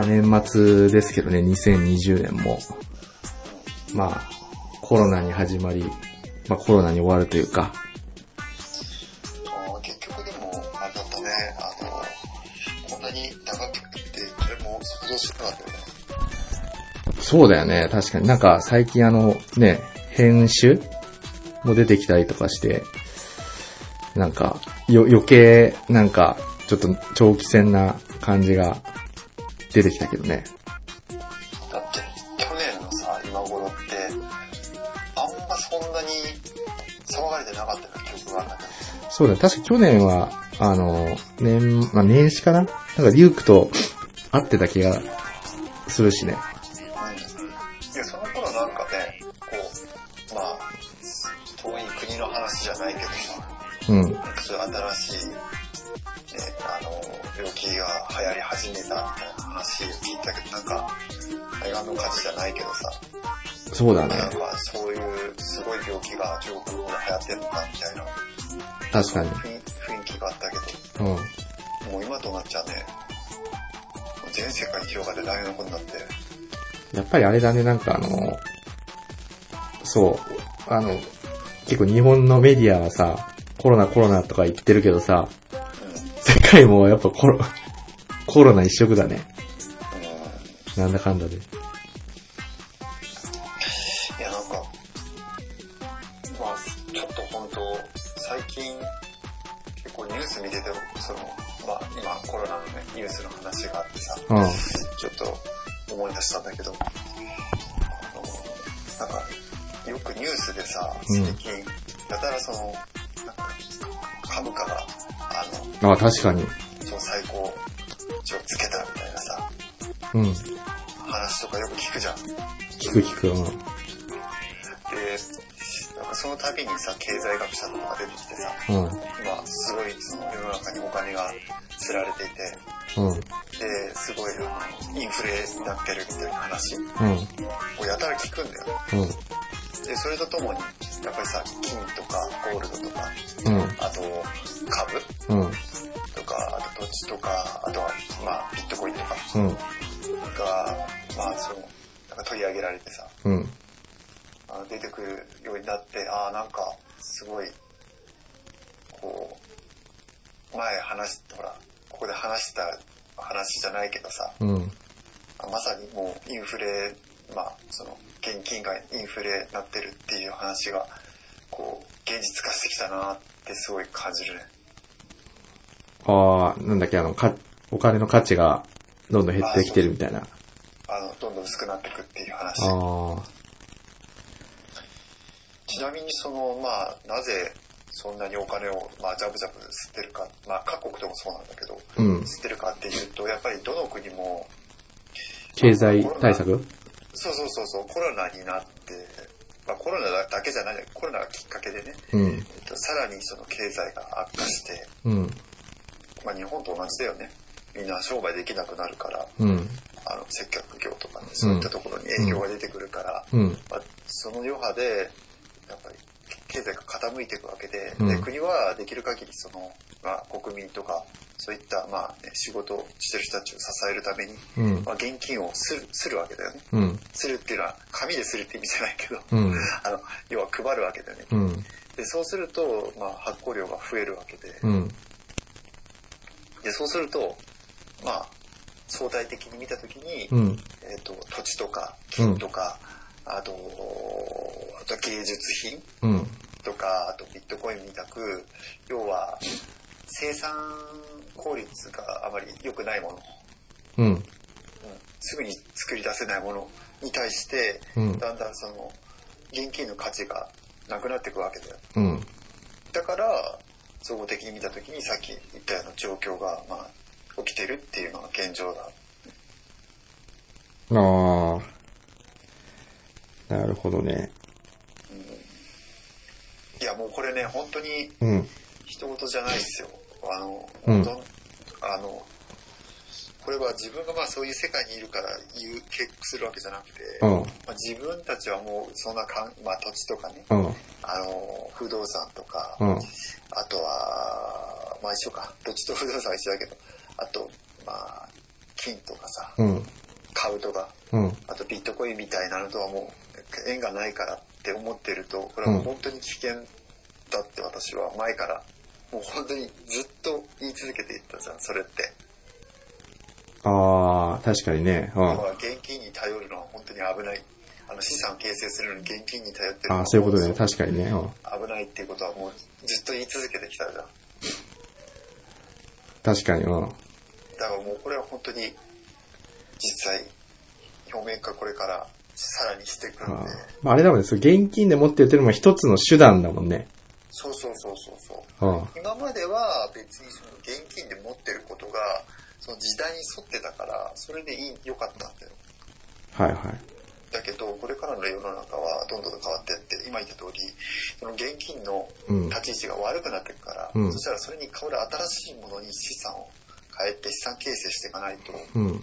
年末ですけどね、2020年も。まあ、コロナに始まり、まあコロナに終わるというか。 結局でも、あれだったね、こんなに長くって誰も想像してなかったよね。 そうだよね、確かに。なんか最近ね、編集も出てきたりとかして、なんか、余計、なんか、ちょっと長期戦な感じが出てきたけどね。 だって、去年のさ、今頃って、あんまそんなに騒がれてなかったような記憶があるんだけど。 そうだ、確か去年は、年始かな？なんかリュークと会ってた気がするしね。 いや、その頃なんかね、こう、まあ、遠い国の話じゃないけどさ、そういう新しい、ね、病気が流行り始めたみたいな話を聞いたけど、なんか、台湾の火事じゃないけどさ、 そうだね。 なんかそういうすごい病気が中国の方で流行ってるのかみたいな。 確かに。 雰囲気があったけど、もう今となっちゃね、全世界に広がって大変なことになって。 やっぱりあれだね、なんかそう、結構日本のメディアはさ、コロナとか言ってるけどさ、世界もやっぱコロナ一色だね。なんだかんだで。いや、なんか、まあ、ちょっと本当最近、結構ニュース見てて、まあ、今コロナのね、ニュースの話があってさ、ちょっと思い出したんだけど、なんか、よくニュースでさ、最近、やたらなんか、株価が、 確かに。 最高値をつけたみたいなさ、話とかよく聞くじゃん。 聞く。 で、なんかその度にさ、経済学者とかが出てきてさ、今すごい世の中にお金が釣られていて、で、すごいインフレになってるみたいな話をやたら聞くんだよ。で、それとともに、やっぱりさ、金とかゴールドとか、あと株、とか、あと土地とか、あとは、まあ、ビットコインとか、が、まあ、なんか取り上げられてさ、出てくるようになって、なんか、すごい、こう、ほら、ここで話した話じゃないけどさ、まさにもうインフレ、まあ、現金がインフレになってるっていう話が、こう、現実化してきたなってすごい感じるね。 なんだっけ、お金の価値がどんどん減ってきてるみたいな。 どんどん薄くなっていくっていう話。ちなみにまあ、なぜそんなにお金を、まあ、ジャブジャブ吸ってるか、まあ、各国でもそうなんだけど、吸ってるかっていうと、やっぱりどの国も、 経済対策？ そう、コロナになって、まあ、コロナだけじゃない、コロナがきっかけでね、さらに経済が悪化して、まあ、日本と同じだよね。みんな商売できなくなるから、接客業とかね、そういったところに影響が出てくるから、まあ、その余波で、やっぱり経済が傾いていくわけで、で国はできる限りまあ、国民とか、そういった、まあね、仕事をしてる人たちを支えるために、まあ、現金をするわけだよね。するっていうのは、紙でするって意味じゃないけど、要は配るわけだよね。で、そうすると、まあ、発行量が増えるわけで、で、そうすると、まあ、相対的に見たときに、土地とか金とか、あと芸術品とか、あとビットコインみたく、要は生産効率があまり良くないもの、すぐに作り出せないものに対して、だんだん現金の価値がなくなっていくわけだよ。だから総合的に見たときにさっき言ったような状況が、まあ、起きてるっていうのが現状だ。 なるほどね。 いやもうこれね本当に一言じゃないですよ。これは自分がまあそういう世界にいるから結句するわけじゃなくて、まあ、自分たちはもうそんなまあ、土地とかね、不動産とか、あとはまあ一緒か、土地と不動産は一緒だけど、あとまあ金とかさ、 うん、 株とか、 うん、 あとビットコインみたいなのとはもう縁がないからって思ってると、これはもう本当に危険だって私は前からもう本当にずっと言い続けていったじゃん、それって。 ああ、確かにね。 要は現金に頼るのは本当に危ない。資産を形成するのに現金に頼ってるのは、 そういうことね。確かにね。 危ないっていうことはもうずっと言い続けてきたじゃん。 確かに。 だからもうこれは本当に実際表面化これからさらにしていくんで。 あれだもんね。現金で持ってるっていうのも一つの手段だもんね。 そう。今までは別にその現金で持ってることがその時代に沿ってたからそれで良かったんだよ。 はいはい。 だけどこれからの世の中はどんどん変わっていって今言った通りその現金の立ち位置が悪くなっていくから、そしたらそれに代わる新しいものに資産を変えて資産形成していかないと、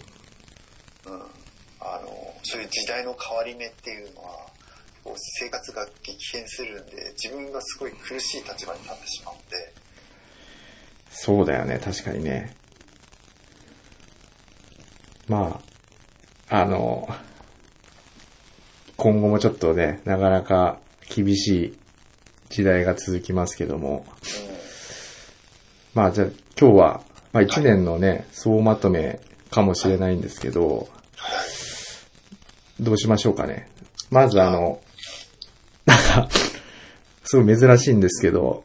そういう時代の変わり目っていうのはこう生活が激変するんで自分がすごい苦しい立場になってしまうんで。 そうだよね、確かにね。まあ今後もちょっとね、なかなか厳しい時代が続きますけども。まあじゃあ今日は、1年のね、総まとめかもしれないんですけど、どうしましょうかね。まずなんか、すごい珍しいんですけど、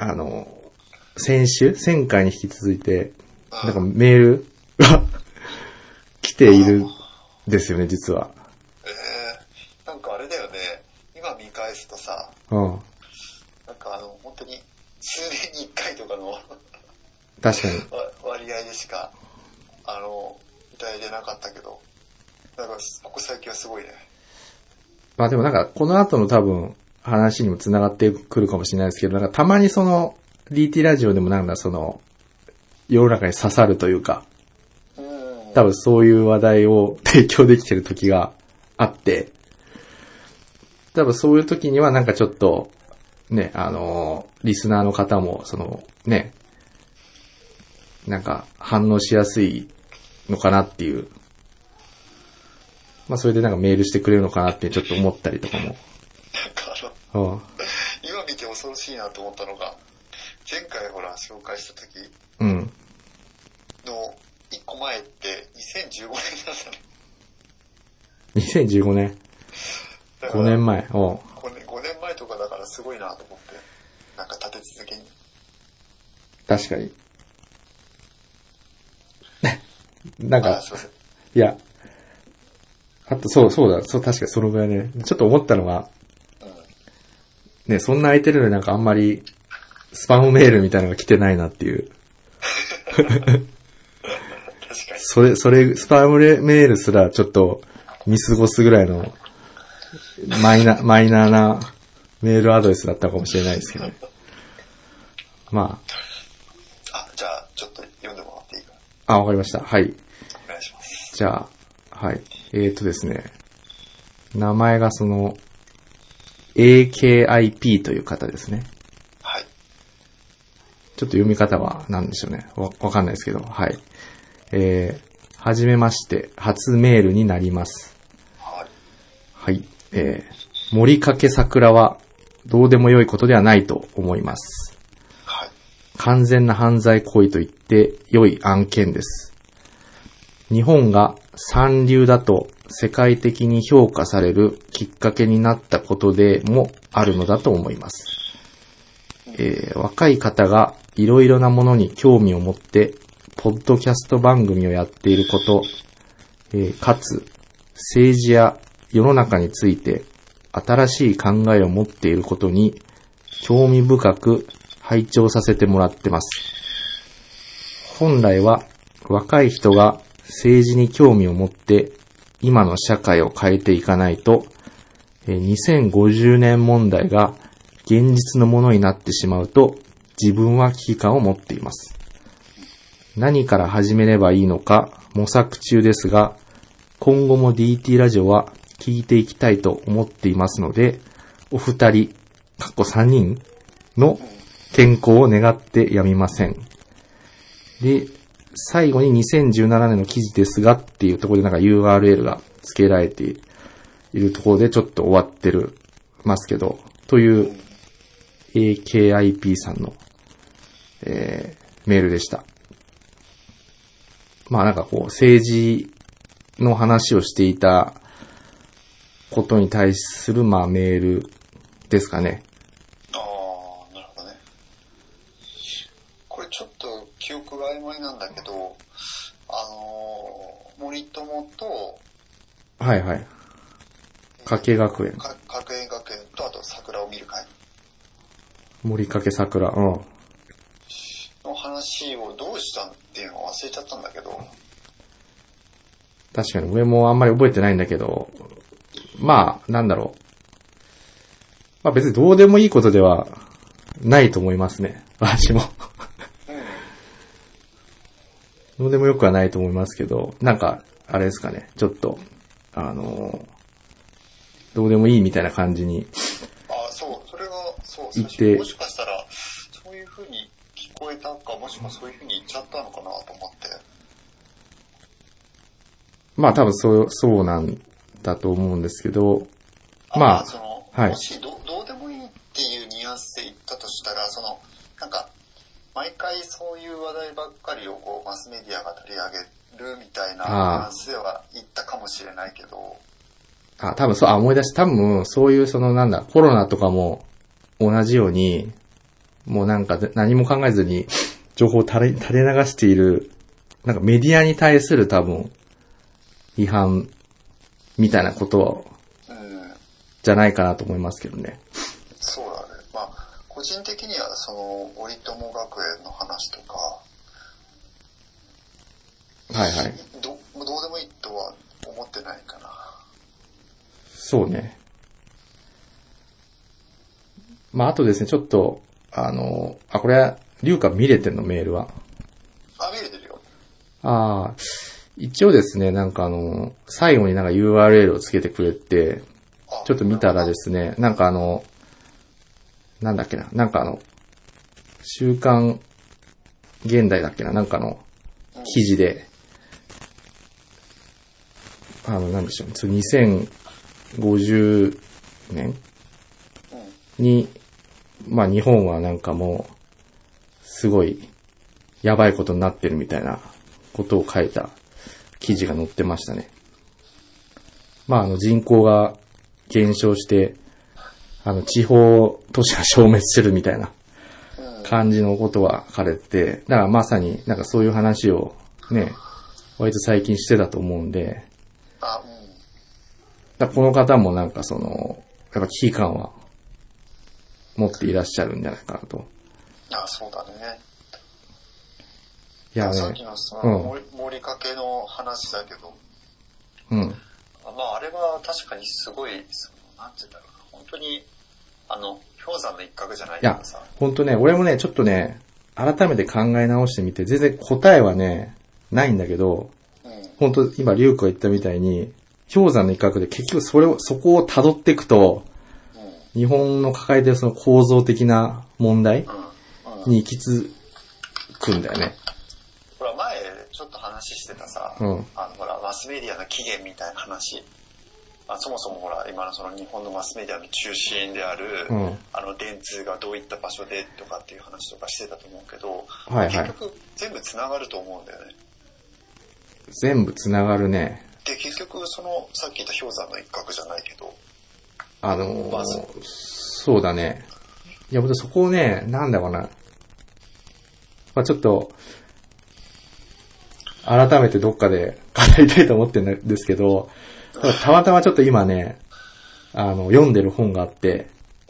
前回に引き続いて、なんかメールが来ているんですよね、実は。 なんかあれだよね、今見返すとさ、 なんか本当に数年に1回とかの確かに割合でしかいただいてなかったけど、なんかここ最近はすごいね。 まあでもなんかこの後の多分話にも繋がってくるかもしれないですけど、なんかたまにその DT ラジオでもなんだその世の中に刺さるというか、多分そういう話題を提供できてる時があって、多分そういう時にはなんかちょっとね、リスナーの方もそのね、なんか反応しやすいのかなっていう、まあそれでなんかメールしてくれるのかなってちょっと思ったりとかも。 なんか今見て恐ろしいなと思ったのが、前回ほら紹介した時の1個前って2015年だったね。 2015年5年前。5 年前とかだからすごいなと思って、なんか立て続けに。 確かに。なんか、いや、あとそうだ、確かにそのぐらいね、ちょっと思ったのが、ね、そんな空いてるのになんかあんまりスパムメールみたいなのが来てないなっていう。 確かに。 それ、スパムメールすらちょっと見過ごすぐらいのマイナーなメールアドレスだったかもしれないですけどね。まあ。じゃあ、ちょっと読んでもらっていいかな。 わかりました。はい。 お願いします。 じゃあ、はい。ですね。名前がその、AKIP という方ですね。 はい。 ちょっと読み方は何でしょうね。わかんないですけど、はい。はじめまして、初メールになります。 はい。 はい。森かけ桜はどうでもよいことではないと思います。 はい。 完全な犯罪行為と言って良い案件です。日本が三流だと世界的に評価されるきっかけになったことでもあるのだと思います。若い方がいろいろなものに興味を持ってポッドキャスト番組をやっていること、かつ政治や世の中について新しい考えを持っていることに興味深く拝聴させてもらってます。本来は若い人が政治に興味を持って今の社会を変えていかないと、2050年問題が現実のものになってしまうと自分は危機感を持っています。何から始めればいいのか模索中ですが、今後も DT ラジオは聞いていきたいと思っていますので、お二人、3人の健康を願ってやみません。で、 最後に2017年の記事ですがっていうところでなんか URL が付けられているところでちょっと終わってますけど、という AKIP さんの、メールでした。まあなんかこう政治の話をしていたことに対するまあメールですかね。 ああ、なるほどね。これちょっと記憶が曖昧なんだけど、森友と、 はいはい。加計学園。 加計学園と、あと桜を見る会。 森かけ桜、うん。 の話をどうしたっていうのを忘れちゃったんだけど。 確かに俺もあんまり覚えてないんだけど、まあ、なんだろう。まあ別にどうでもいいことではないと思いますね。私も。どうでもよくはないと思いますけど、なんか、あれですかね、ちょっと、どうでもいいみたいな感じに。 あ、そう、それが、そう、 言って、 もしかしたら、そういう風に聞こえたか、もしくはそういう風に言っちゃったのかなと思って。 まあ多分そうなんだと思うんですけど、まあ、 はい。もしどうでもいいっていうニュアンスで言ったとしたら、なんか、毎回そういう話題ばっかりをこうマスメディアが取り上げるみたいなニュアンスでは言ったかもしれないけど。 多分思い出した。多分そういうコロナとかも同じように、もうなんか何も考えずに情報を垂れ流している、なんかメディアに対する多分批判みたいなことじゃないかなと思いますけどね。 そうだね。まあ、個人的には森友学園の話とか、 はいはい。 どうでもいいとは思ってないかな。 そうね。まあ、あとですね、ちょっと、これは、リュウカ見れてんの、メールは。 見れてるよ。 一応ですね、なんか最後になんか URL をつけてくれて、ちょっと見たらですね、なんかなんだっけな、なんか週刊現代だっけな、なんかの記事で、なんでしょう、2050年に、まあ日本はなんかもう、すごい、やばいことになってるみたいなことを書いた記事が載ってましたね。まあ人口が減少して、地方都市が消滅するみたいな感じのことは書かれて、だからまさになんかそういう話をね、割と最近してたと思うんで、だこの方もなんかやっぱ危機感は持っていらっしゃるんじゃないかなと。 そうだね。 いやね。 さっきの森かけの話だけど。 うん。 まああれは確かにすごい、なんて言うんだろうな。本当に、氷山の一角じゃないけどさ。いや、 本当ね、俺もね、ちょっとね、改めて考え直してみて、全然答えはね、ないんだけど、本当今、リュウクが言ったみたいに、氷山の一角で結局そこを辿っていくと、日本の抱えてるその構造的な問題に行き着くんだよね。 ほら、前ちょっと話してたさ、ほら、マスメディアの起源みたいな話。そもそもほら、今の日本のマスメディアの中心である、電通がどういった場所でとかっていう話とかしてたと思うけど、結局全部繋がると思うんだよね。 全部繋がるね。 で、結局さっき言った氷山の一角じゃないけど、 そうだね。いや、僕そこをね、なんだろうな。まあちょっと、改めてどっかで語りたいと思ってるんですけど、たまたまちょっと今ね、読んでる本があって、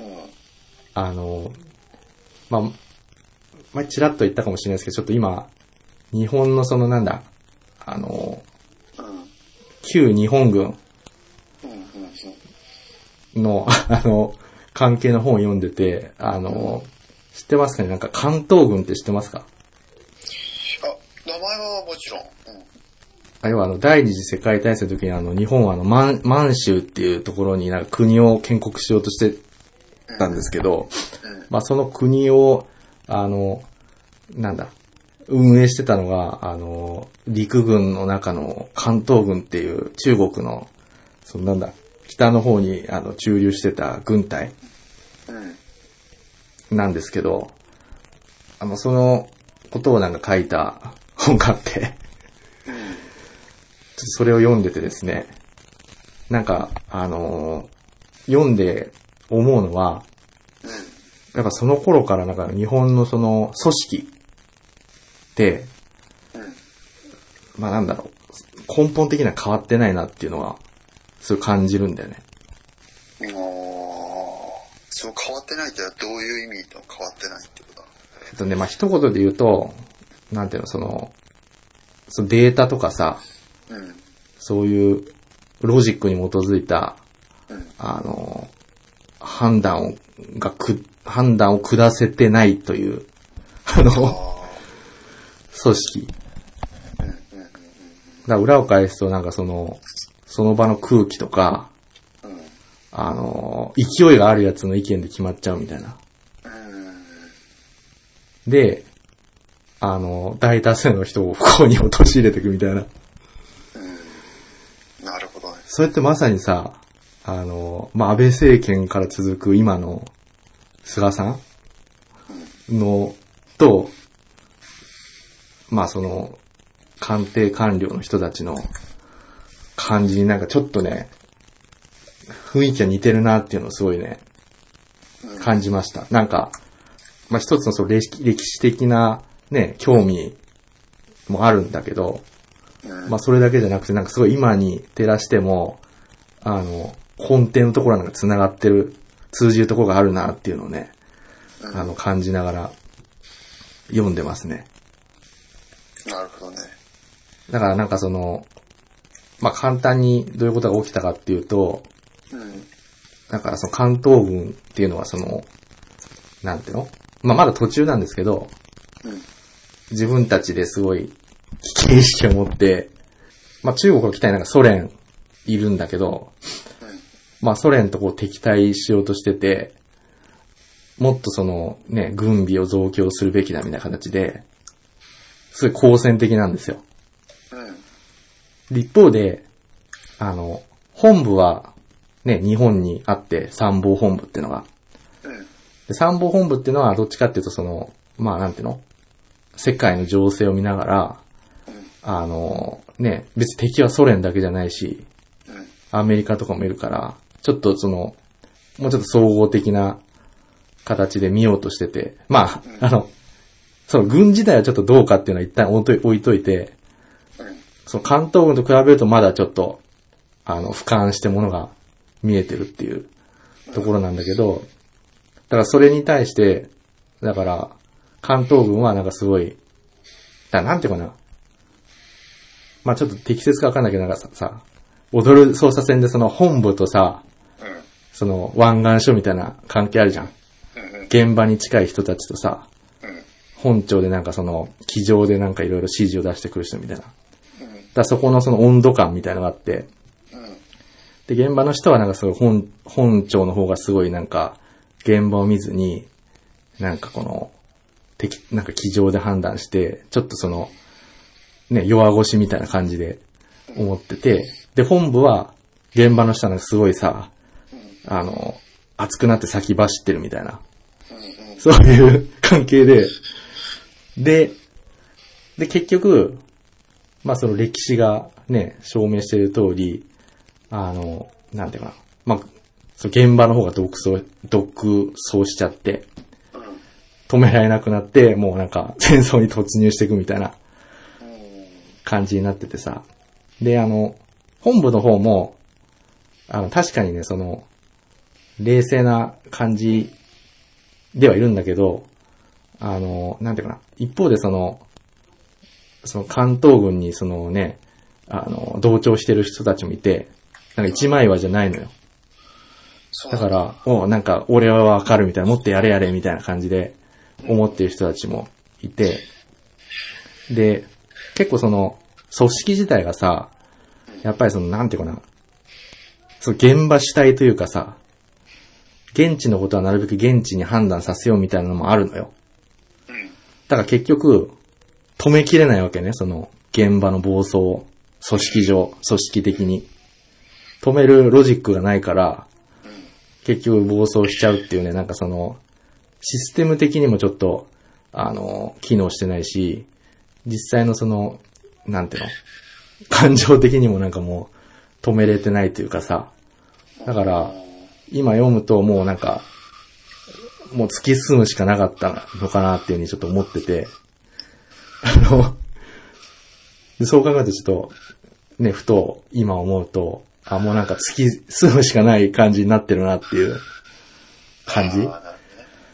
前ちらっと言ったかもしれないですけど、ちょっと今、日本の旧日本軍の、関係の本を読んでて、知ってますかね？なんか関東軍って知ってますか？ 名前はもちろん。 要は第二次世界大戦の時に日本は満州っていうところになんか国を建国しようとしてたんですけど、まあその国を、 運営してたのが、陸軍の中の関東軍っていう中国の、北の方に駐留してた軍隊なんですけど、そのことをなんか書いた本があって、それを読んでてですね、なんか、読んで思うのは、やっぱその頃からなんか日本のその組織って、まあなんだろう、根本的には変わってないなっていうのは、そう感じるんだよね。 そう変わってないってどういう意味と変わってないってことだ？ まあ一言で言うと、なんていうの、そのデータとかさ、そういうロジックに基づいた、判断を下せてないという、組織。だから裏を返すとなんかその場の空気とか、勢いがあるやつの意見で決まっちゃうみたいな。で、大多数の人を不幸に陥れていくみたいな。 なるほどね。 それってまさにさ、まあ、安倍政権から続く今の菅さんのと、まあその、官邸官僚の人たちの感じになんかちょっとね、雰囲気が似てるなっていうのをすごいね、感じました。なんか、まあ一つのその歴史的なね、興味もあるんだけど、まあそれだけじゃなくてなんかすごい今に照らしても、根底のところなんか繋がってる、通じるところがあるなっていうのをね、感じながら読んでますね。 なるほどね。 だからなんかその、まあ簡単にどういうことが起きたかっていうと、だからその関東軍っていうのはその、なんていうの？まあまだ途中なんですけど、自分たちですごい危機意識を持って、まあ中国が来たいなんかソ連いるんだけど、まあソ連とこう敵対しようとしてて、もっとそのね、軍備を増強するべきだみたいな形で、すごい好戦的なんですよ。一方で、本部はね、日本にあって参謀本部っていうのが、で参謀本部っていうのはどっちかっていうとその、まあなんていうの？世界の情勢を見ながら、ね、別に敵はソ連だけじゃないし、アメリカとかもいるから、ちょっとその、もうちょっと総合的な形で見ようとしてて、まあ、その軍自体はちょっとどうかっていうのは一旦置いといて、その関東軍と比べるとまだちょっと、俯瞰してものが見えてるっていうところなんだけど、だからそれに対して、だから、関東軍はなんかすごい、なんていうかな。まあちょっと適切かわかんないけど、なんかさ、踊る捜査線でその本部とさ、その湾岸署みたいな関係あるじゃん。現場に近い人たちとさ、本庁でなんかその、机上でなんかいろいろ指示を出してくる人みたいな。だからそこのその温度感みたいなのがあって、で、現場の人はなんかすごい本庁の方がすごいなんか、現場を見ずに、なんかこの、なんか机上で判断して、ちょっとその、ね、弱腰みたいな感じで思ってて、で、本部は、現場の人はすごいさ、熱くなって先走ってるみたいな、そういう関係で、で、結局、まあその歴史がね、証明している通り、なんていうかな、まあ、その現場の方が独走しちゃって、止められなくなって、もうなんか戦争に突入していくみたいな感じになっててさ。で、本部の方も、確かにね、その、冷静な感じではいるんだけど、なんていうかな、一方でその関東軍にそのね、同調してる人たちもいて、なんか一枚岩じゃないのよ。だから、なんか俺はわかるみたいな、もっとやれやれみたいな感じで思ってる人たちもいて、で、結構その、組織自体がさ、やっぱりその、なんていうかな、その現場主体というかさ、現地のことはなるべく現地に判断させようみたいなのもあるのよ。だから結局、 止めきれないわけね、その現場の暴走を、組織的に。止めるロジックがないから、結局暴走しちゃうっていうね、なんかその、システム的にもちょっと、機能してないし、実際のその、なんていうの、感情的にもなんかもう、止めれてないというかさ、だから、今読むともうなんか、もう突き進むしかなかったのかなっていうふうにちょっと思ってて、そう考えるとちょっと、ね、ふと今思うと、もうなんか突き進むしかない感じになってるなっていう感じ。 なんか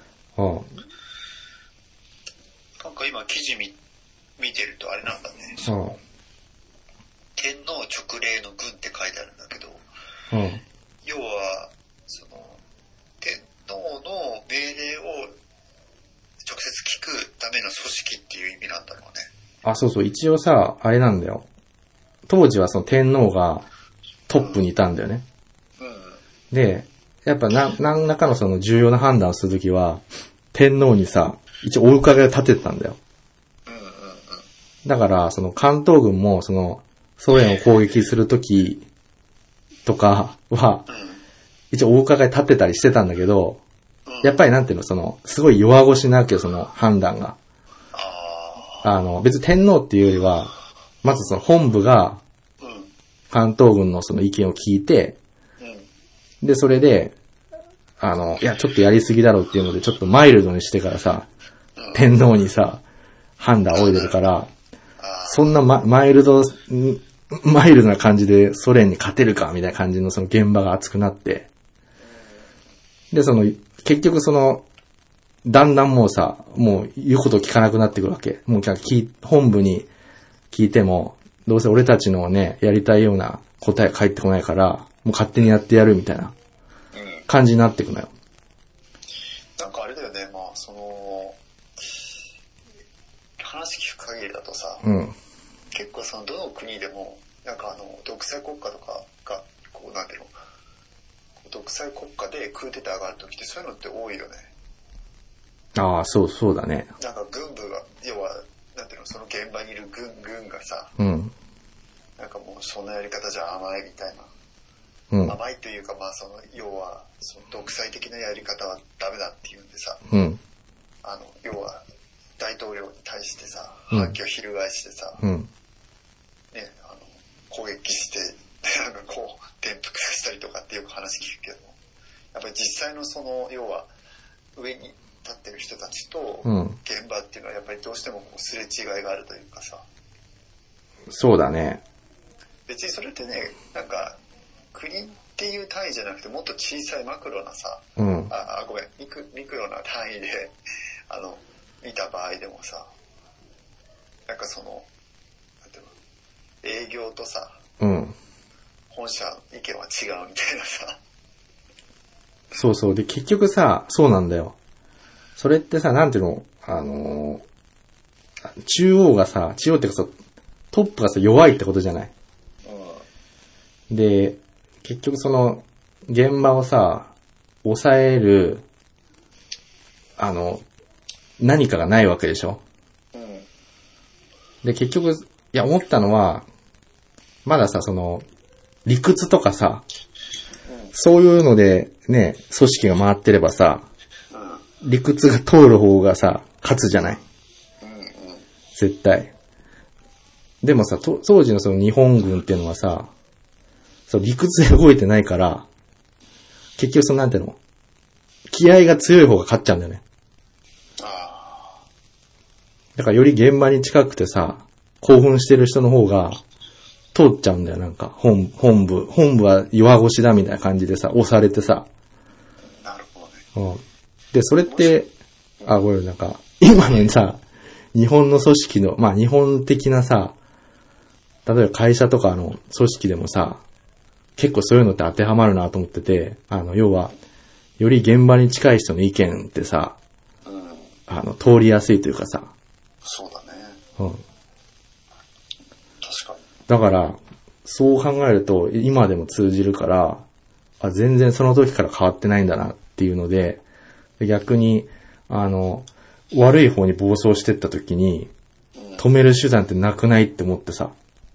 今記事見てるとあれなんだね。天皇勅令の軍って書いてあるんだけど、要は、その、天皇の命令を直接聞くための組織っていう意味なんだろうね。 そうそう、一応さ、あれなんだよ。当時はその天皇がトップにいたんだよね。で、やっぱ何らかのその重要な判断をするときは、天皇にさ、一応お伺いを立ててたんだよ。だから、その関東軍もそのソ連を攻撃するときとかは、一応お伺い立てたりしてたんだけど、やっぱりなんていうの、その、すごい弱腰なわけよ、その判断が。別に天皇っていうよりは、まずその本部が、関東軍のその意見を聞いて、で、それで、いや、ちょっとやりすぎだろうっていうので、ちょっとマイルドにしてからさ、天皇にさ、判断を仰いでるから、そんなマイルドな感じでソ連に勝てるかみたいな感じのその現場が熱くなって、で、その、結局その、だんだんもうさ、もう言うことを聞かなくなってくるわけ。もう本部に聞いても、どうせ俺たちのね、やりたいような答え返ってこないから、もう勝手にやってやるみたいな感じになってくのよ。 なんかあれだよね、まあその、話聞く限りだとさ、結構そのどの国でも、なんか独裁国家とかが、こうなんていうの、独裁国家でクーデターがあるときってそういうのって多いよね。 そうだね。 なんか軍部が、要は、なんていうの、その現場にいる軍がさ、なんかもうそんなやり方じゃ甘いみたいな。甘いというか、まあその、要は、その独裁的なやり方はダメだっていうんでさ、要は、大統領に対してさ、反旗を翻してさ、ね、攻撃して、なんかこう、転覆させたりとかってよく話聞くけど、やっぱり実際のその、要は、上に立ってる人たちと、現場っていうのはやっぱりどうしてもこうすれ違いがあるというかさ。 そうだね。 別にそれってね、なんか、国っていう単位じゃなくてもっと小さいマクロなさ、ごめん、ミクロな単位で、見た場合でもさ、なんかその、なんていうの、営業とさ、本社の意見は違うみたいなさ。 そうそう。で、結局さ、そうなんだよ。それってさ、なんていうの、中央っていうかさ、トップがさ、弱いってことじゃない。で、結局その、現場をさ、抑える、何かがないわけでしょ。で、結局、いや、思ったのは、まださ、その、理屈とかさ、そういうので、ね、組織が回ってればさ、理屈が通る方がさ、勝つじゃない。絶対。でもさ、当時のその日本軍っていうのはさ、そう理屈で動いてないから、結局そのなんていうの、気合が強い方が勝っちゃうんだよね。だからより現場に近くてさ、興奮してる人の方が通っちゃうんだよ、なんか。本部は弱腰だみたいな感じでさ、押されてさ。 なるほどね。 で、それって、これなんか、今のさ、日本の組織の、まあ日本的なさ、例えば会社とかの組織でもさ、結構そういうのって当てはまるなと思ってて、要は、より現場に近い人の意見ってさ、通りやすいというかさ。 そうだね。確かに。 だから、そう考えると、今でも通じるから、全然その時から変わってないんだなっていうので、逆に、悪い方に暴走してった時に、 止める手段ってなくないって思ってさ。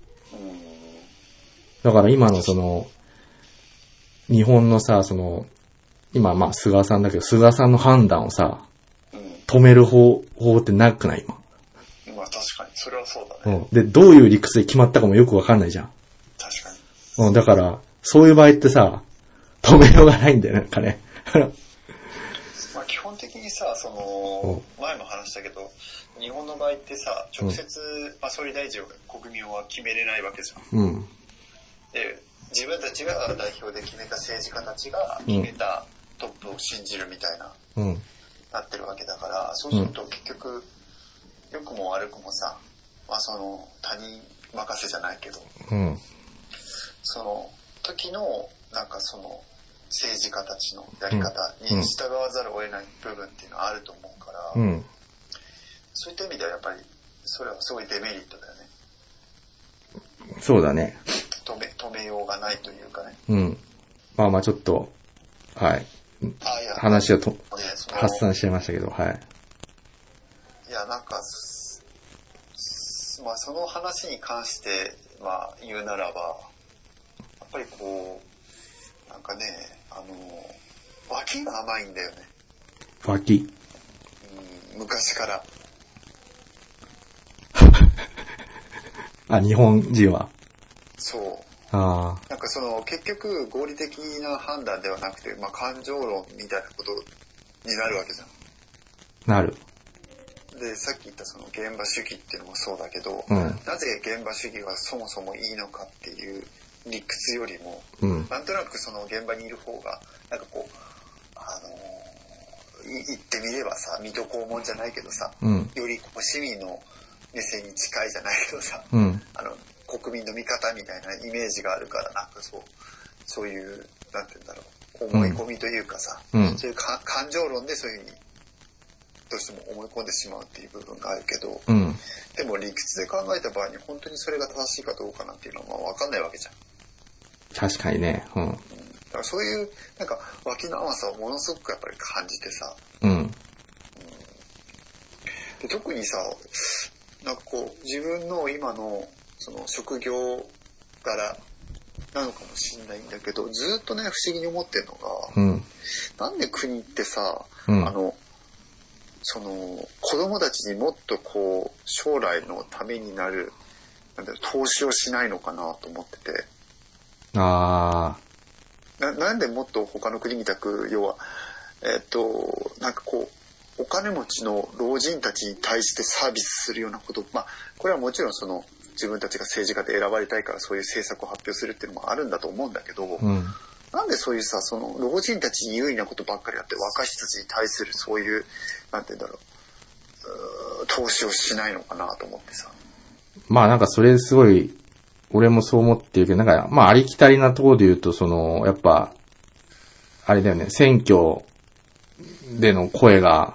だから今のその、日本のさ、その、今まあ菅さんだけど、菅さんの判断をさ、止める方法ってなくない今。 まあ確かに、それはそうだね。 で、どういう理屈で決まったかもよくわかんないじゃん。 確かに。 だから、そういう場合ってさ、止めようがないんだよね、なんかね。 まあ基本的にさ、その、前も話したけど、日本の場合ってさ、直接、まあ総理大臣を国民は決めれないわけじゃん。で、自分たちが代表で決めた政治家たちが決めたトップを信じるみたいな、なってるわけだから、そうすると結局、良くも悪くもさ、まあその他人任せじゃないけど、その時のなんかその政治家たちのやり方に従わざるを得ない部分っていうのはあると思うから、そういった意味ではやっぱりそれはすごいデメリットだよね。 そうだね。 止めようがないというかね。 まあまあちょっと、はい。話を発散しちゃいましたけど、はい。 いや、なんか、まあその話に関して、まあ言うならば、やっぱりこう、なんかね、脇が甘いんだよね。 脇？ 昔から。 日本人は。 そう。 なんかその結局合理的な判断ではなくて、まあ感情論みたいなことになるわけじゃん。 なる。 で、さっき言ったその現場主義っていうのもそうだけど、なぜ現場主義がそもそもいいのかっていう理屈よりも、なんとなくその現場にいる方が、なんかこう、言ってみればさ、水戸黄門じゃないけどさ、よりこう市民の目線に近いじゃないけどさ、国民の味方みたいなイメージがあるから、なんかそういう、なんて言うんだろう、思い込みというかさ、そういう感情論でそういうふうに、どうしても思い込んでしまうっていう部分があるけど、でも理屈で考えた場合に本当にそれが正しいかどうかなんていうのはまあ分かんないわけじゃん。 確かにね。 だからそういう、なんか脇の甘さをものすごくやっぱり感じてさ、で特にさ、なんかこう、自分の今の、その職業柄なのかもしれないんだけど、ずっとね、不思議に思ってるのが、なんで国ってさ、その、子供たちにもっとこう、将来のためになる、なんだろう、投資をしないのかなと思ってて。なんでもっと他の国みたく、要は、なんかこう、お金持ちの老人たちに対してサービスするようなこと、まあ、これはもちろんその、自分たちが政治家で選ばれたいからそういう政策を発表するっていうのもあるんだと思うんだけど、なんでそういうさ、その老人たちに有利なことばっかりやって若い人たちに対するそういう、なんて言うんだろう、投資をしないのかなと思ってさ。 まあなんかそれすごい、俺もそう思ってるけど、なんか、まあありきたりなところで言うと、その、やっぱ、あれだよね、選挙での声が、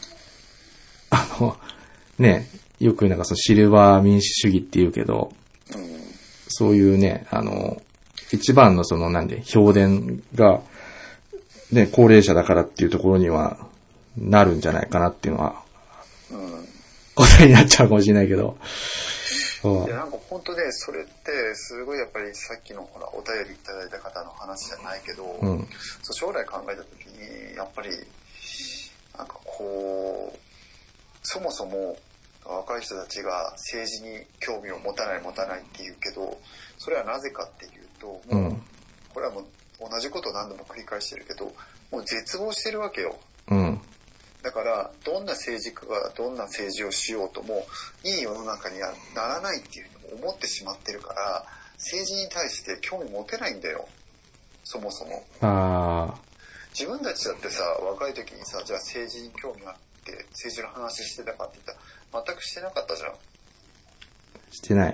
ね、よくなんかそのシルバー民主主義って言うけど、そういうね、一番のその評伝が、ね、高齢者だからっていうところにはなるんじゃないかなっていうのは、答えになっちゃうかもしれないけど。 いや、なんか本当ね、それってすごいやっぱりさっきのほらお便りいただいた方の話じゃないけど、そう将来考えた時にやっぱりなんかこうそもそも若い人たちが政治に興味を持たないって言うけど、それはなぜかっていうと、もうこれはもう同じことを何度も繰り返してるけど、もう絶望してるわけよ。だからどんな政治家がどんな政治をしようともいい世の中にはならないっていうふうに思ってしまってるから、政治に対して興味持てないんだよ、そもそも。自分たちだってさ、若い時にさ、じゃあ政治に興味があって政治の話してたかって言ったら全くしてなかったじゃん。 してない。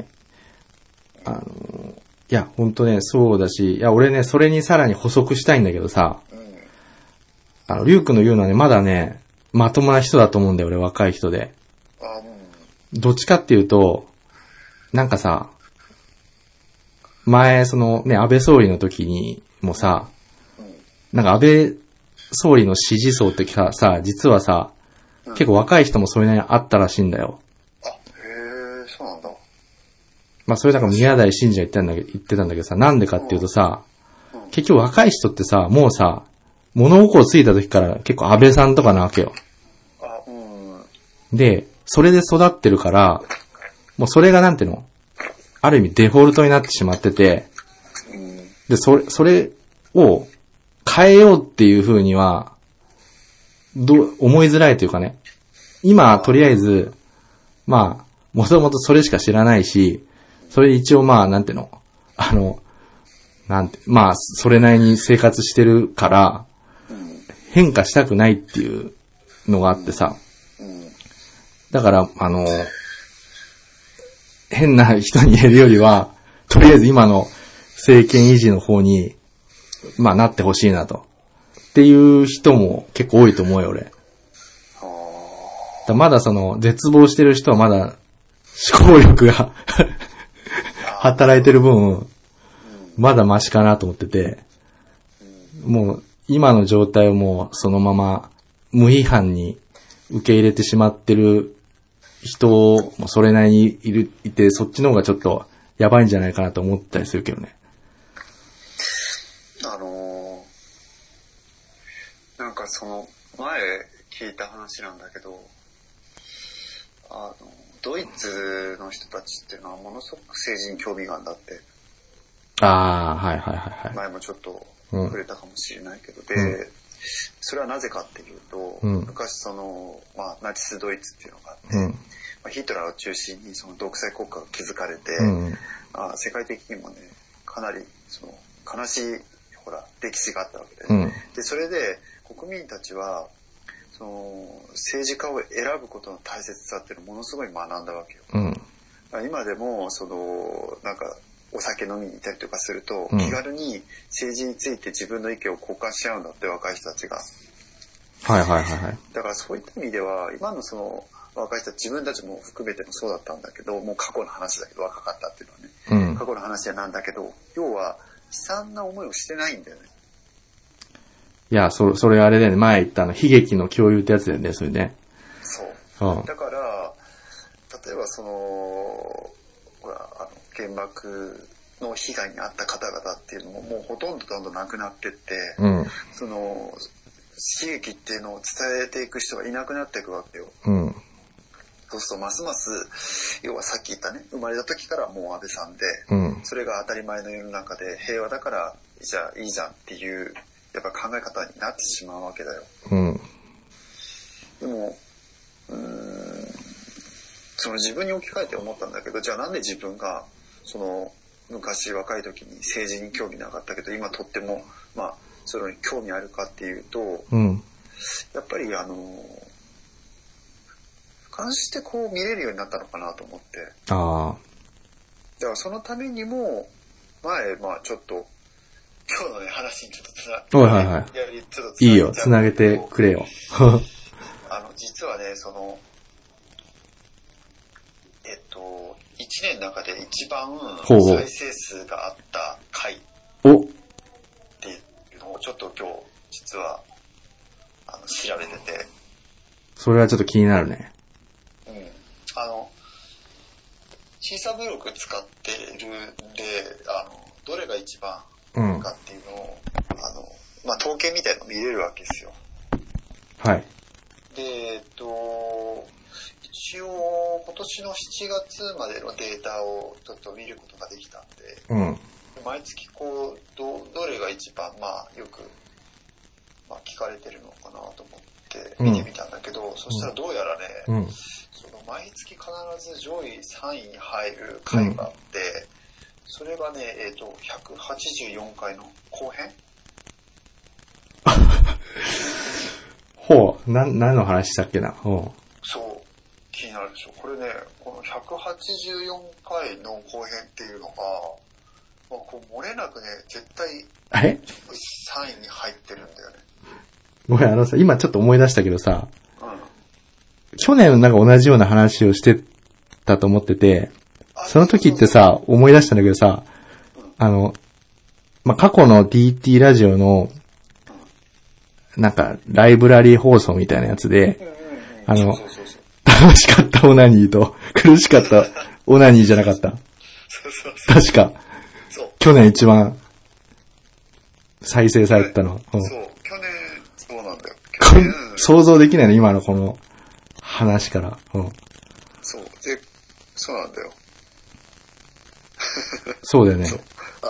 いや、ほんとね、そうだし、いや、俺ね、それにさらに補足したいんだけどさ、リュウ君の言うのはね、まだね、まともな人だと思うんだよ、俺、若い人で。どっちかっていうと、なんかさ、前、そのね、安倍総理の時にもさ、なんか安倍総理の支持層ってさ、実はさ、結構若い人もそれなりにあったらしいんだよ。 まあそれだから宮台真司が言ってたんだけどさ、なんでかっていうとさ、結局若い人ってさ、もうさ、物心ついた時から結構安倍さんとかなわけよ。で、それで育ってるから、もうそれがなんていうの、ある意味デフォルトになってしまってて、で、それを変えようっていう風には、思いづらいというかね、今、とりあえず、まあ、もともとそれしか知らないし、それ一応まあ、なんていうの、まあ、それなりに生活してるから、変化したくないっていうのがあってさ、だから、変な人に言えるよりは、とりあえず今の政権維持の方に、まあなってほしいなと。っていう人も結構多いと思うよ、俺。まだその、絶望してる人はまだ、思考力が働いてる分、まだマシかなと思ってて、もう、今の状態をもう、そのまま、無批判に受け入れてしまってる人もそれなりにいて、そっちの方がちょっと、やばいんじゃないかなと思ったりするけどね。 なんかその前聞いた話なんだけど、ドイツの人たちっていうのはものすごく政治に興味があるんだって。 はいはいはいはい。 前もちょっと触れたかもしれないけど、で、それはなぜかっていうと、昔その、まあ、ナチスドイツっていうのがあって、まあ、ヒトラーを中心にその独裁国家が築かれて、世界的にもね、かなりその悲しいほら歴史があったわけで、でそれで国民たちはその政治家を選ぶことの大切さっていうのをものすごい学んだわけよ。今でもそのなんかお酒飲みに行ったりとかすると、気軽に政治について自分の意見を交換し合うんだって、若い人たちが。だからそういった意味では今のその若い人たち、自分たちも含めてもそうだったんだけど、もう過去の話だけど、若かったっていうのはね、過去の話なんだけど、要は悲惨な思いをしてないんだよね。いや、それあれだよね、前言った悲劇の共有ってやつだよね、それね。 そう。だから、例えばその、ほら、原爆の被害に遭った方々っていうのももうほとんどどんどんなくなってって、その、悲劇っていうのを伝えていく人がいなくなっていくわけよ。そうするとますます要はさっき言ったね、生まれた時からもう安倍さんで、それが当たり前の世の中で平和だからじゃあいいじゃんっていうやっぱ考え方になってしまうわけだよ。でもその自分に置き換えて思ったんだけど、じゃあなんで自分がその昔若い時に政治に興味なかったけど今とってもまあそれに興味あるかっていうと、やっぱり俯瞰してこう見れるようになったのかなと思って。だからそのためにも前まあちょっと今日のね話にちょっといいよ、つなげてくれよ。 実はねその1年の中で一番再生数があった回っていうのをちょっと今日実は調べてて。 それはちょっと気になるね。 シーサーブログ使ってるんで、どれが一番かっていうのを、まあ、統計みたいなの見れるわけですよ。で、一応、今年の7月までのデータをちょっと見ることができたんで、毎月こう、どれが一番、まあ、よく、まあ、聞かれてるのかなと思って見てみたんだけど、そしたらどうやらね、その毎月必ず上位3位に入る回があって、それがね、184回の後編何の話したっけな。 そう、気になるでしょ。これね、この184回の後編っていうのが、まあ、こう漏れなくね、絶対3位に入ってるんだよね。 ごめん、今ちょっと思い出したけどさ、去年なんか同じような話をしてたと思ってて、その時ってさ、思い出したんだけどさ、まあ、過去の DT ラジオの、なんか、ライブラリー放送みたいなやつで、楽しかったオナニーと、苦しかったオナニーじゃなかった。 そうそうそう。 確か。 そう。 去年一番再生されてたの。 そう。去年、そうなんだよ。去年想像できないね、今のこの話から。うん。 そう。で、そうなんだよ。 そうだよね。 そう。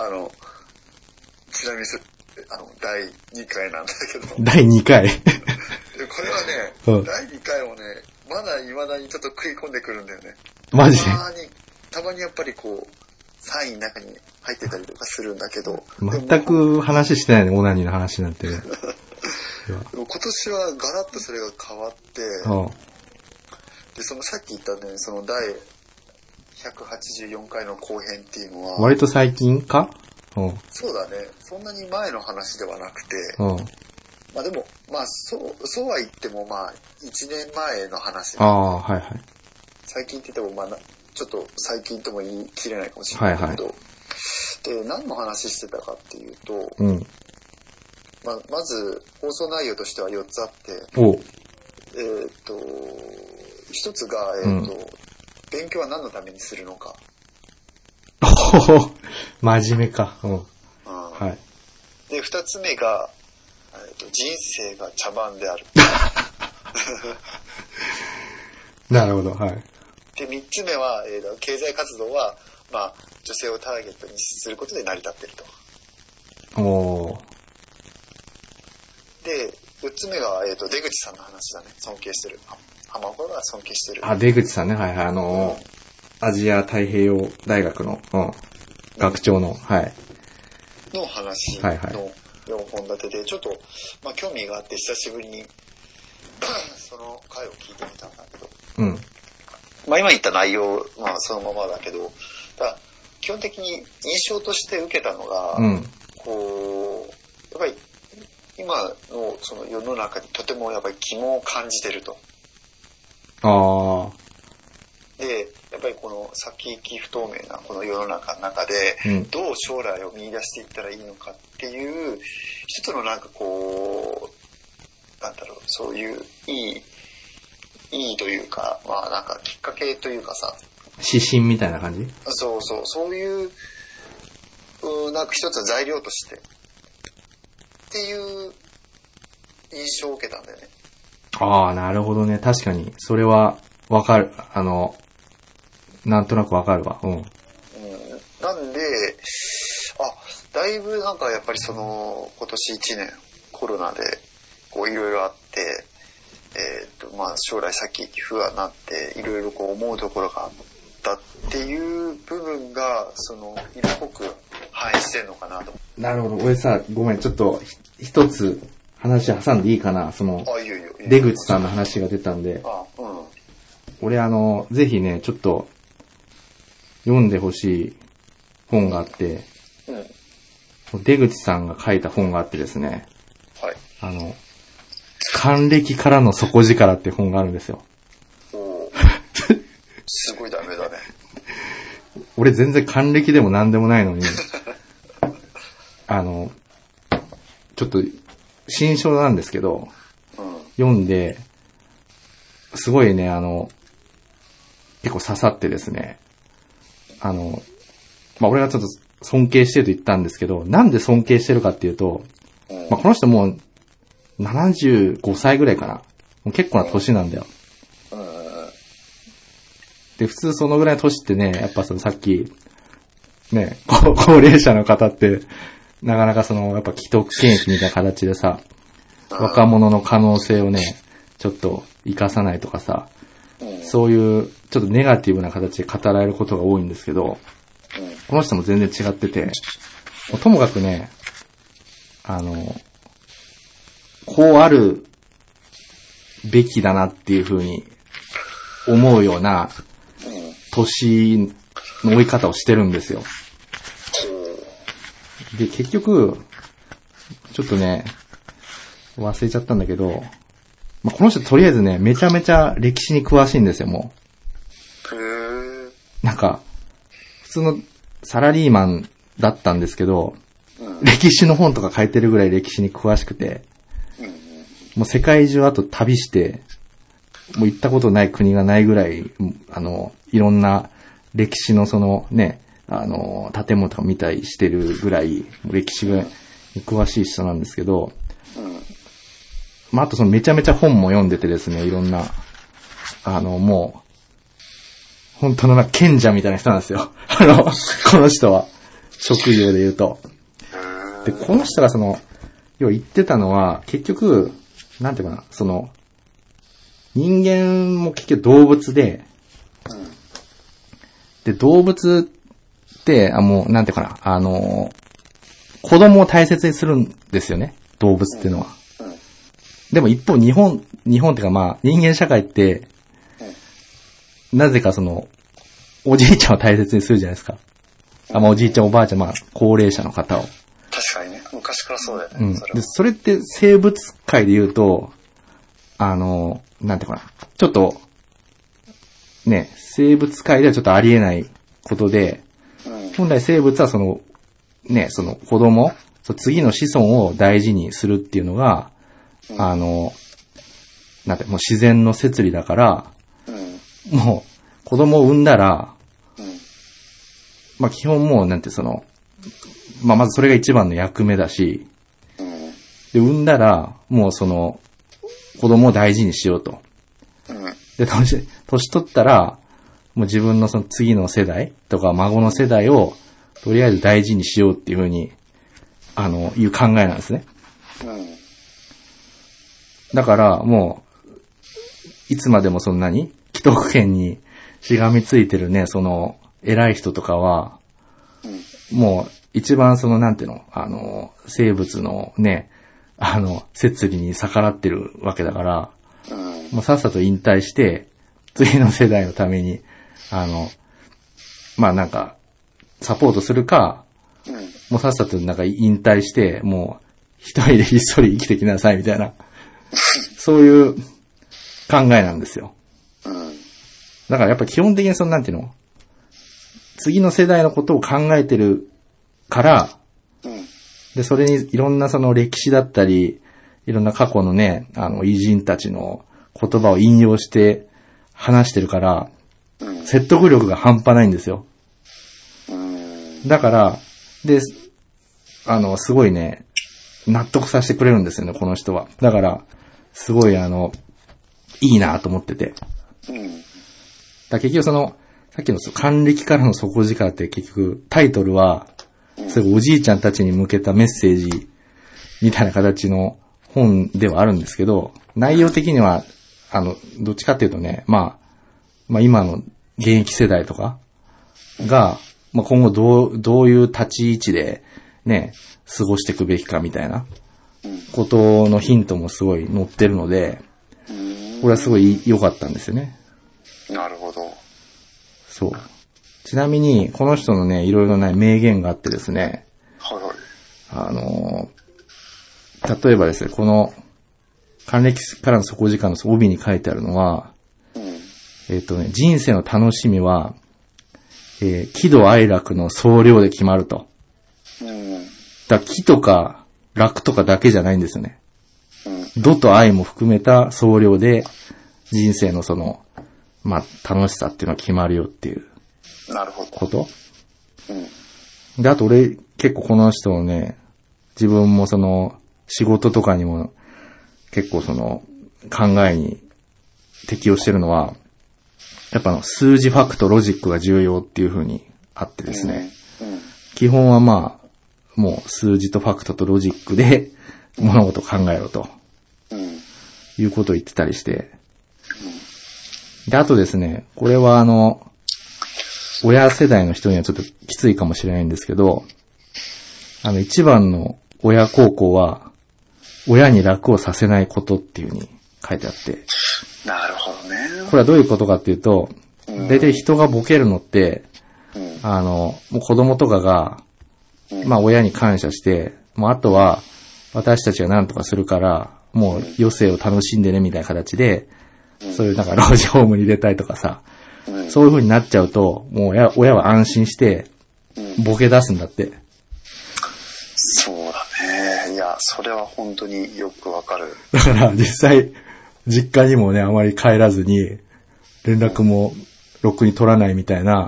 ちなみに第2回なんだけど。 第2回。 でこれはね、 うん、 第2回もね、まだ未だにちょっと食い込んでくるんだよね。 マジでたまにやっぱりこう、3位の中に入ってたりとかするんだけど。 全く話してないね、オナニーの話なんて。 でも今年はガラッとそれが変わって、で、そのさっき言ったね、その第184回の後編っていうのは。 割と最近か？ そうだね。そんなに前の話ではなくて、まあでも、まあそうは言ってもまあ1年前の話。 はいはい。 最近って言ってもまあちょっと最近とも言い切れないかもしれないけど、はいはい、で何の話してたかっていうと、まず放送内容としては4つあって、一つが勉強は何のためにするのか。 真面目か。はい。 で、二つ目が、人生が茶番である。 なるほど、はい。 で、三つ目は、経済活動は、まあ、女性をターゲットにすることで成り立っていると。で、四つ目が、出口さんの話だね。尊敬してる。浜岡が尊敬してる。 出口さんね、はいはい。アジア太平洋大学の、学長の、はい。 の話の4本立てで、ちょっと、まあ、興味があって久しぶりに、その回を聞いてみたんだけど、まあ、今言った内容、まあ、そのままだけど、基本的に印象として受けたのが、こう、やっぱり、今のその世の中にとてもやっぱり疑問を感じてると。で、やっぱりこの先行き不透明なこの世の中の中で、どう将来を見出していったらいいのかっていう、一つのなんかこう、なんだろう、そういういいというか、まあなんかきっかけというかさ。 指針みたいな感じ？ そういう、なんか一つの材料として、っていう印象を受けたんだよね。 なるほどね。確かに。それはわかる。なんとなくわかるわ。 なんで、だいぶなんかやっぱりその、今年1年コロナで、こういろいろあって、まあ将来先行き不安になって、いろいろこう思うところがあったっていう部分が、その、色濃く反映してるのかなと。 なるほど。俺さ、ごめん、ちょっと、一つ話挟んでいいかな。その、出口さんの話が出たんで。俺ぜひね、ちょっと、読んでほしい本があって、出口さんが書いた本があってですね、還暦からの底力って本があるんですよ。 すごいダメだね。 俺全然還暦でも何でもないのに、ちょっと、新書なんですけど、読んで、すごいね、結構刺さってですね、まあ、俺がちょっと尊敬してると言ったんですけど、なんで尊敬してるかっていうと、まあ、この人もう75歳ぐらいかな。もう結構な年なんだよ。で、普通そのぐらいの年ってね、やっぱそのさっき、ね、高齢者の方って、なかなかその、やっぱ既得権益みたいな形でさ、若者の可能性をね、ちょっと活かさないとかさ、そういうちょっとネガティブな形で語られることが多いんですけど、この人も全然違ってて、ともかくね、こうあるべきだなっていう風に思うような年の追い方をしてるんですよ。で、結局、ちょっとね、忘れちゃったんだけど、まあ、この人とりあえずね、めちゃめちゃ歴史に詳しいんですよ、もう。なんか、普通のサラリーマンだったんですけど、歴史の本とか書いてるぐらい歴史に詳しくて、もう世界中あと旅して、もう行ったことない国がないぐらい、いろんな歴史のそのね、 建物とか見たりしてるぐらい、歴史が詳しい人なんですけど、まあ、あとめちゃめちゃ本も読んでてですね、いろんな、もう、本当の賢者みたいな人なんですよ。この人は、職業で言うと。で、この人が要は言ってたのは、結局、なんていうかな、人間も結局動物で、で、動物って、もう、なんていうかな、子供を大切にするんですよね、動物っていうのは。でも一方日本っていうかまあ、人間社会って、なぜかおじいちゃんを大切にするじゃないですか。まあおじいちゃんおばあちゃん、まあ、高齢者の方を。 確かにね。昔からそうだよね。 で、それって生物界で言うと、なんていうかな。ちょっと、ね、生物界ではちょっとありえないことで、本来生物はね、子供、次の子孫を大事にするっていうのが、なんて、もう自然の摂理だから、もう、子供を産んだら、まあ基本もう、なんてまあまずそれが一番の役目だし、で、産んだら、もう子供を大事にしようと。で、年取ったら、もう自分の次の世代とか孫の世代を、とりあえず大事にしようっていうふうに、いう考えなんですね。だから、もう、いつまでも既得権にしがみついてるね、偉い人とかは、もう、一番なんていうの、生物のね、摂理に逆らってるわけだから、もうさっさと引退して、次の世代のために、まあなんか、サポートするか、もうさっさと引退して、もう、一人でひっそり生きてきなさいみたいな、そういう考えなんですよ。だからやっぱ基本的になんていうの、次の世代のことを考えてるから、で、それにいろんな歴史だったり、いろんな過去のね、偉人たちの言葉を引用して話してるから、説得力が半端ないんですよ。だから、で、すごいね、納得させてくれるんですよね、この人は。だから、すごいいいなと思ってて。だ結局さっきの還暦からの底力って結局タイトルは、それおじいちゃんたちに向けたメッセージみたいな形の本ではあるんですけど、内容的には、どっちかっていうとね、まあ今の現役世代とかが、まあ今後どういう立ち位置でね、過ごしていくべきかみたいなことのヒントもすごい載ってるので、これはすごい良かったんですよね。 なるほど。 そう。ちなみに、この人のね、いろいろな名言があってですね。例えばですね、この、還暦からの底力の帯に書いてあるのは、人生の楽しみは、喜怒哀楽の総量で決まると。だから喜とか楽とかだけじゃないんですよね。怒と愛も含めた総量で、人生のまあ、楽しさっていうのは決まるよっていう。 なるほど。 こと。で、あと俺、結構この人のね、自分も仕事とかにも、結構考えに適用してるのは、やっぱ数字ファクトロジックが重要っていう風にあってですね。基本はまあ、もう数字とファクトとロジックで物事を考えろと。いうことを言ってたりして。で、あとですね、これは親世代の人にはちょっときついかもしれないんですけど、一番の親孝行は、親に楽をさせないことっていう風に書いてあって。 なるほどね。 これはどういうことかっていうと、大体人がボケるのって、もう子供とかが、まあ親に感謝して、もうあとは私たちが何とかするから、もう余生を楽しんでねみたいな形で、そういうなんか老人ホームに入れたいとかさ、そういう風になっちゃうと、もう親は安心して、ボケ出すんだって。 そうだね。いや、それは本当によくわかる。 だから実際、実家にもね、あまり帰らずに、連絡もろくに取らないみたいな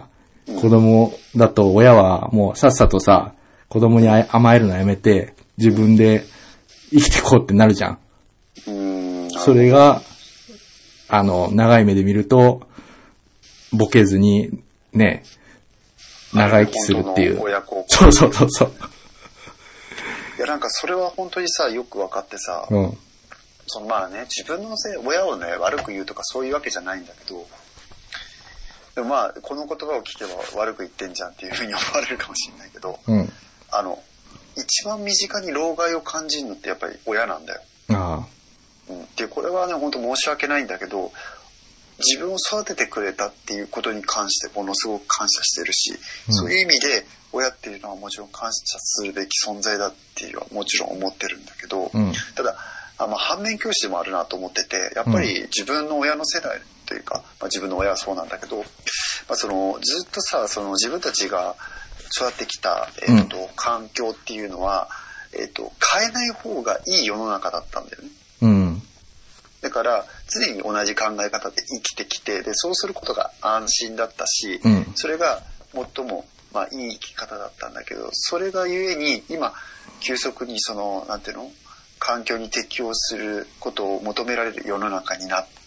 子供だと親はもうさっさとさ、子供に甘えるのやめて、自分で生きてこうってなるじゃん。それが、長い目で見ると、ボケずに、ね、長生きするっていう。そうそうそうそう。 いやなんかそれは本当にさ、よく分かってさ、まあね、自分の親をね、悪く言うとかそういうわけじゃないんだけど、でもまあ、この言葉を聞けば悪く言ってんじゃんっていうふうに思われるかもしれないけど、一番身近に老害を感じるのってやっぱり親なんだよ。で、これはね、本当申し訳ないんだけど、自分を育ててくれたっていうことに関してものすごく感謝してるし、そういう意味で親っていうのはもちろん感謝するべき存在だっていうのはもちろん思ってるんだけど、ただ反面教師でもあるなと思ってて、やっぱり自分の親の世代というか、自分の親はそうなんだけど、ずっとさ、自分たちが育ってきた、環境っていうのは、変えない方がいい世の中だったんだよね。だから常に同じ考え方で生きてきて、でそうすることが安心だったし、それが最もいい生き方だったんだけど、それがゆえに今急速になんていうの、環境に適応することを求められる世の中になって、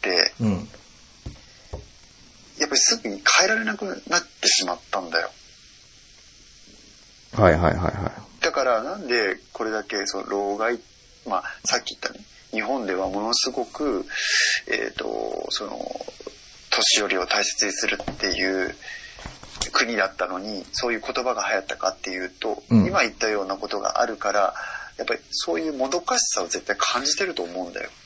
やっぱりすぐに変えられなくなってしまったんだよ。だからなんでこれだけ老害、さっき言ったね、日本ではものすごく年寄りを大切にするっていう国だったのに、そういう言葉が流行ったかっていうと、今言ったようなことがあるから、やっぱりそういうもどかしさを絶対感じてると思うんだよ。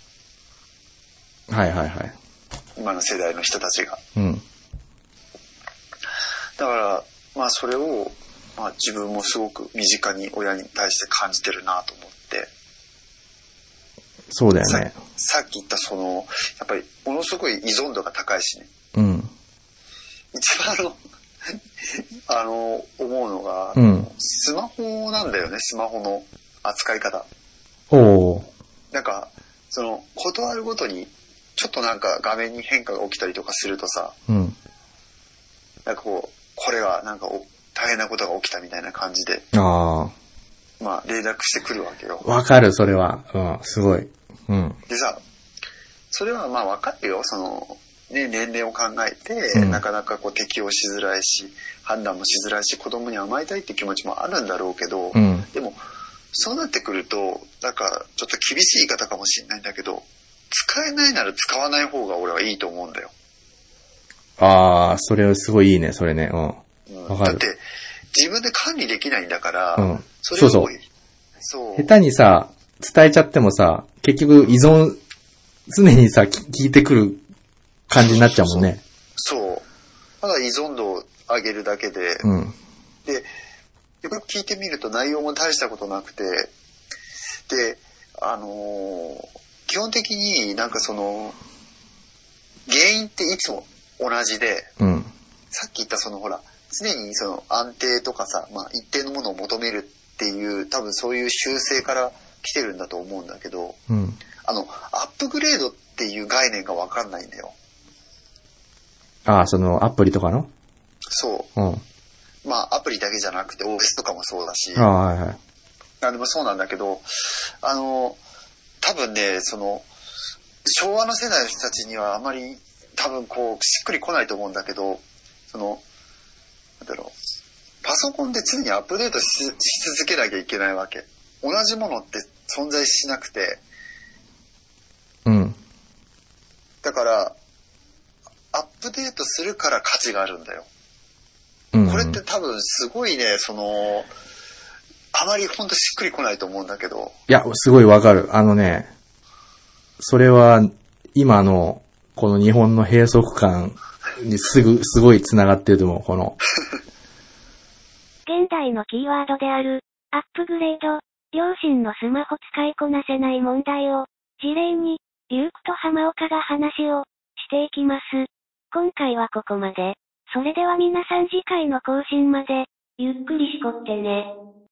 今の世代の人たちが。だからそれを自分もすごく身近に親に対して感じてるなと思って。 そうだよね。 さっき言ったやっぱりものすごい依存度が高いしね。一番思うのが、スマホなんだよね。スマホの扱い方。なんかことあるごとにちょっとなんか画面に変化が起きたりとかするとさ、なんかこれはなんか大変なことが起きたみたいな感じで、連絡してくるわけよ。 わかる、それは。すごい。 でさ、それはわかるよ。年齢を考えて、なかなか適応しづらいし、判断もしづらいし、子供に甘えたいって気持ちもあるんだろうけど、でもそうなってくると、なんかちょっと厳しい言い方かもしれないんだけど、使えないなら使わない方が俺はいいと思うんだよ。 それはすごいいいね、それね。わかる。 だって自分で管理できないんだから、それを下手にさ伝えちゃってもさ、結局依存常にさ聞いてくる感じになっちゃうもんね。そう。 ただ依存度を上げるだけで、でよく聞いてみると内容も大したことなくて、で基本的になんか原因っていつも同じで、さっき言ったほら常に安定とかさ、一定のものを求めるっていう多分そういう習性から来てるんだと思うんだけど、アップグレードっていう概念が分かんないんだよ。 アプリとかの？ そう。アプリだけじゃなくて OS とかもそうだし。でもそうなんだけど、多分ね、昭和の世代の人たちにはあまり多分しっくりこないと思うんだけど、なんだろう、パソコンで常にアップデート し続けなきゃいけないわけ。同じものって存在しなくて。だから、アップデートするから価値があるんだよ。これって多分すごいね、あまりほんとしっくりこないと思うんだけど。 いや、すごいわかる。それは今のこの日本の閉塞感にすごい繋がってると思う、 現代のキーワードである、アップグレード、両親のスマホ使いこなせない問題を、事例に、リュウクと浜岡が話をしていきます。今回はここまで。それでは皆さん次回の更新まで、ゆっくりしこってね。